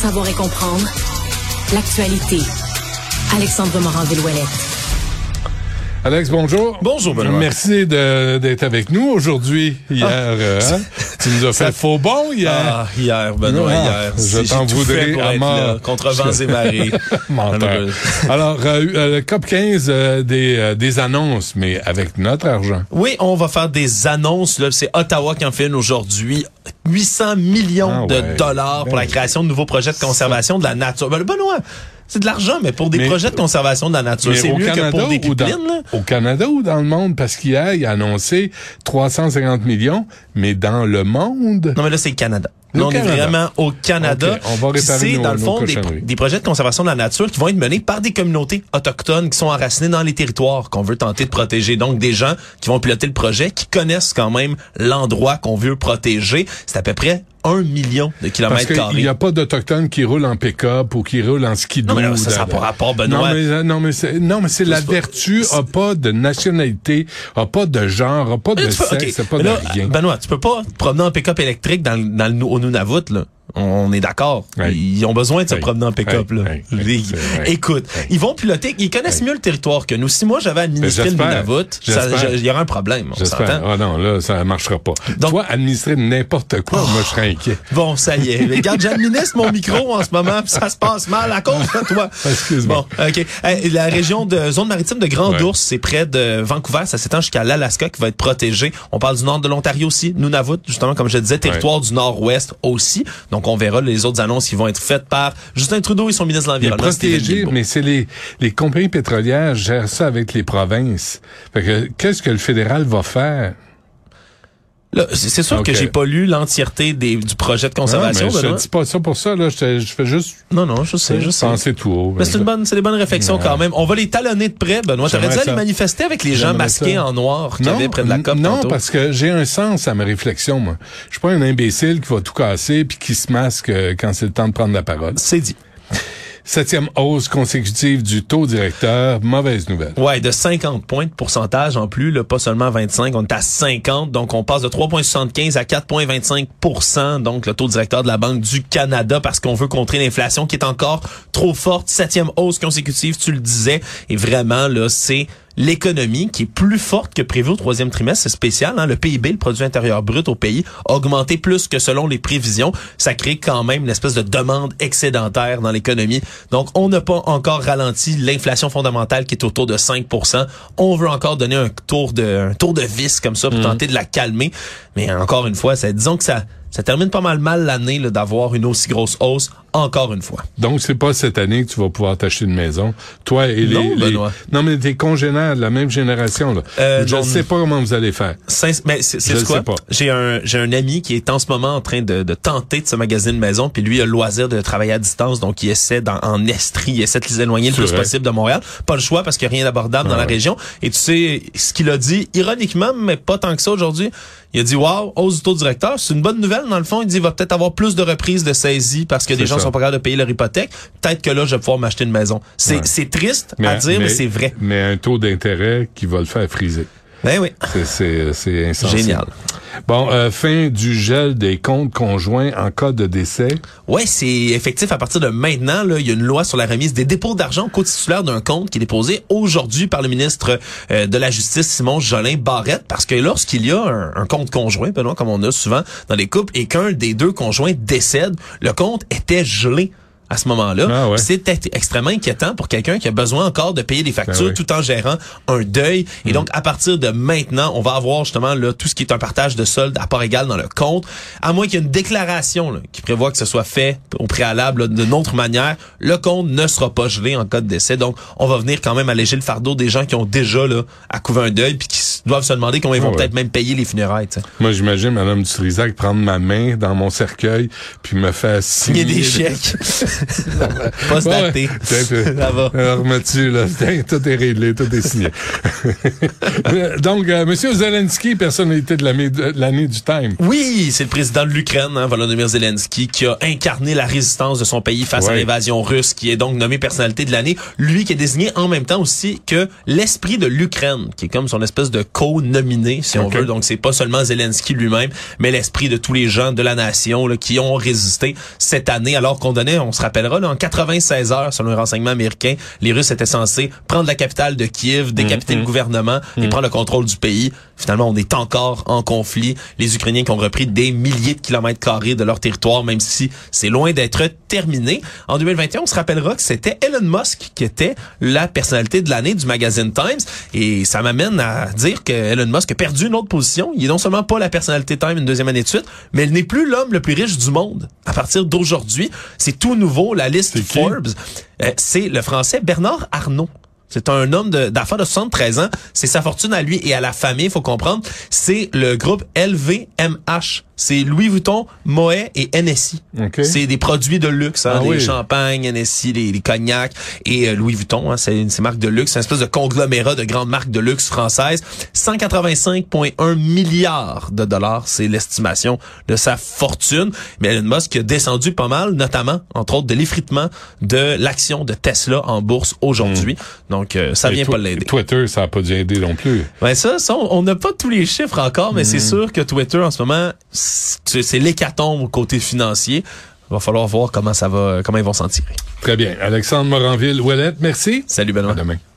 savoir et comprendre l'actualité. Alexandre Morin-Villouellette. Alex, bonjour. Bonjour, Benoît. Merci d'être avec nous aujourd'hui. Hier, tu nous as fait faux bon hier. Hier, Benoît, hier. Je t'en voudrais à mort. Là, contre vents et marées. Menteur. Alors, le COP 15, des annonces, mais avec notre argent. Oui, on va faire des annonces. Là, c'est Ottawa qui en fait une aujourd'hui. 800 millions de dollars pour la création de nouveaux projets de conservation de la nature. Benoît, c'est de l'argent, mais pour des projets de conservation de la nature, c'est mieux que pour des pipelines. Au Canada ou dans le monde? Parce qu'hier, il a annoncé 350 millions, mais dans le monde... Non, mais là, c'est le Canada. Là, on est vraiment au Canada. Okay, on va réparer c'est, dans le fond, des projets de conservation de la nature qui vont être menés par des communautés autochtones qui sont enracinées dans les territoires qu'on veut tenter de protéger. Donc, des gens qui vont piloter le projet, qui connaissent quand même l'endroit qu'on veut protéger. C'est à peu près 1 million de kilomètres carrés. Parce qu'il n'y a pas d'Autochtones qui roulent en pick-up ou qui roulent en skidoo. Non, mais là, ça n'a pas rapport, Benoît. Non, mais c'est la vertu, a pas de nationalité, a pas de genre, a pas de sexe, a pas de rien. Benoît, tu peux pas te promener en pick-up électrique au Nunavut, là. On est d'accord. Ouais. Ils ont besoin de se promener en pick-up, là. Écoute, ils vont piloter, ils connaissent mieux le territoire que nous. Si moi, j'avais administré le Nunavut, il y aurait un problème, on s'entend. Ah non, là, ça marchera pas. Donc, toi, administrer n'importe quoi, moi, je serais inquiet. Bon, ça y est. Regarde, j'administre mon micro en ce moment, puis ça se passe mal à cause de toi. Excuse-moi. Bon, OK. La région de zone maritime de Grand-Ours, c'est près de Vancouver, ça s'étend jusqu'à l'Alaska qui va être protégé. On parle du nord de l'Ontario aussi, Nunavut, justement, comme je disais, territoire du nord-ouest aussi. Donc, on verra les autres annonces qui vont être faites par Justin Trudeau et son ministre de l'Environnement. Protéger, mais c'est les compagnies pétrolières gèrent ça avec les provinces. Fait que, qu'est-ce que le fédéral va faire? Là, c'est sûr que j'ai pas lu l'entièreté du projet de conservation. Non, mais je dis pas ça pour ça, là. Je fais juste. Non, je sais. Penser tout haut. Mais c'est des bonnes réflexions quand même. On va les talonner de près, Benoît. T'aurais dû aller manifester avec les gens masqués en noir qu'il y avait près de la COP. Non, tantôt. parce que j'ai un sens à mes réflexions, moi. Je suis pas un imbécile qui va tout casser puis qui se masque quand c'est le temps de prendre la parole. C'est dit. 7e hausse consécutive du taux directeur. Mauvaise nouvelle. Ouais, de 50 points de pourcentage en plus, là, pas seulement 25, on est à 50. Donc, on passe de 3,75 à 4,25 donc le taux directeur de la Banque du Canada parce qu'on veut contrer l'inflation qui est encore trop forte. 7e hausse consécutive, tu le disais. Et vraiment, là, c'est l'économie qui est plus forte que prévu au 3e trimestre. C'est spécial, hein? Le PIB, le produit intérieur brut au pays, a augmenté plus que selon les prévisions. Ça crée quand même une espèce de demande excédentaire dans l'économie. Donc, on n'a pas encore ralenti l'inflation fondamentale qui est autour de 5%. On veut encore donner un tour de vis comme ça pour tenter de la calmer. Mais encore une fois, disons que ça termine pas mal l'année là, d'avoir une aussi grosse hausse, encore une fois. Donc, c'est pas cette année que tu vas pouvoir t'acheter une maison. Toi et Non, mais tes congénères de la même génération, là. Je ne sais pas comment vous allez faire. Mais c'est quoi? J'ai un ami qui est en ce moment en train de tenter de se magasiner une maison, puis lui, il a le loisir de travailler à distance, donc il essaie en Estrie, il essaie de les éloigner le plus possible de Montréal. Pas le choix parce qu'il n'y a rien d'abordable dans la région. Et tu sais, ce qu'il a dit, ironiquement, mais pas tant que ça aujourd'hui, il a dit, wow, hausse du taux directeur, c'est une bonne nouvelle, dans le fond. Il dit, il va peut-être avoir plus de reprises de saisie parce que des gens sont pas capables de payer leur hypothèque. Peut-être que là, je vais pouvoir m'acheter une maison. C'est triste à dire, mais c'est vrai. Mais un taux d'intérêt qui va le faire friser. Ben oui. C'est insensible. Génial. Bon, fin du gel des comptes conjoints en cas de décès. Ouais, c'est effectif à partir de maintenant. Là, il y a une loi sur la remise des dépôts d'argent co-titulaire d'un compte qui est déposé aujourd'hui par le ministre de la Justice, Simon Jolin Barrette, parce que lorsqu'il y a un compte conjoint, Benoît, comme on a souvent dans les couples, et qu'un des deux conjoints décède, le compte était gelé à ce moment-là. C'était extrêmement inquiétant pour quelqu'un qui a besoin encore de payer des factures tout en gérant un deuil. Et donc, à partir de maintenant, on va avoir justement là tout ce qui est un partage de solde à part égale dans le compte. À moins qu'il y ait une déclaration là, qui prévoit que ce soit fait au préalable d'une autre manière, le compte ne sera pas gelé en cas de décès. Donc, on va venir quand même alléger le fardeau des gens qui ont déjà là à couver un deuil puis qui doivent se demander comment ils vont peut-être même payer les funérailles. T'sais. Moi, j'imagine Mme Dutrisac prendre ma main dans mon cercueil puis me faire signer des chèques. Pas daté. Ça va. Remets-tu, là. Tout est réglé, tout est signé. Donc, M. Zelensky, personnalité de l'année du Time. Oui, c'est le président de l'Ukraine, Volodymyr Zelensky, qui a incarné la résistance de son pays face à l'invasion russe, qui est donc nommé personnalité de l'année. Lui qui est désigné en même temps aussi que l'esprit de l'Ukraine, qui est comme son espèce de co-nominés, si on veut. Donc, c'est pas seulement Zelensky lui-même, mais l'esprit de tous les gens de la nation là, qui ont résisté cette année, alors qu'on donnait, on se rappellera, là, en 96 heures, selon les renseignements américains, les Russes étaient censés prendre la capitale de Kiev, décapiter le gouvernement et prendre le contrôle du pays. Finalement, on est encore en conflit. Les Ukrainiens qui ont repris des milliers de kilomètres carrés de leur territoire, même si c'est loin d'être terminé. En 2021, on se rappellera que c'était Elon Musk qui était la personnalité de l'année du magazine Times. Et ça m'amène à dire que Elon Musk a perdu une autre position. Il est non seulement pas la personnalité Time une deuxième année de suite, mais il n'est plus l'homme le plus riche du monde. À partir d'aujourd'hui, c'est tout nouveau, la liste Forbes. C'est le Français Bernard Arnault. C'est un homme d'affaires de 73 ans. C'est sa fortune à lui et à la famille, faut comprendre. C'est le groupe LVMH. C'est Louis Vuitton, Moet et Hennessy. Okay. C'est des produits de luxe, hein, les champagnes, Hennessy, les cognacs et Louis Vuitton. Hein, c'est marques de luxe. C'est une espèce de conglomérat de grandes marques de luxe françaises. 185,1 milliards de dollars, c'est l'estimation de sa fortune. Mais Elon Musk a descendu pas mal, notamment, entre autres, de l'effritement de l'action de Tesla en bourse aujourd'hui. Donc, ça vient pas l'aider. Twitter, ça a pas dû aider non plus. Ouais, ça on n'a pas tous les chiffres encore, mais c'est sûr que Twitter, en ce moment, c'est l'hécatombe au côté financier. Il va falloir voir comment ils vont s'en tirer. Très bien. Alexandre Moranville-Ouellette, merci. Salut Benoît. À demain.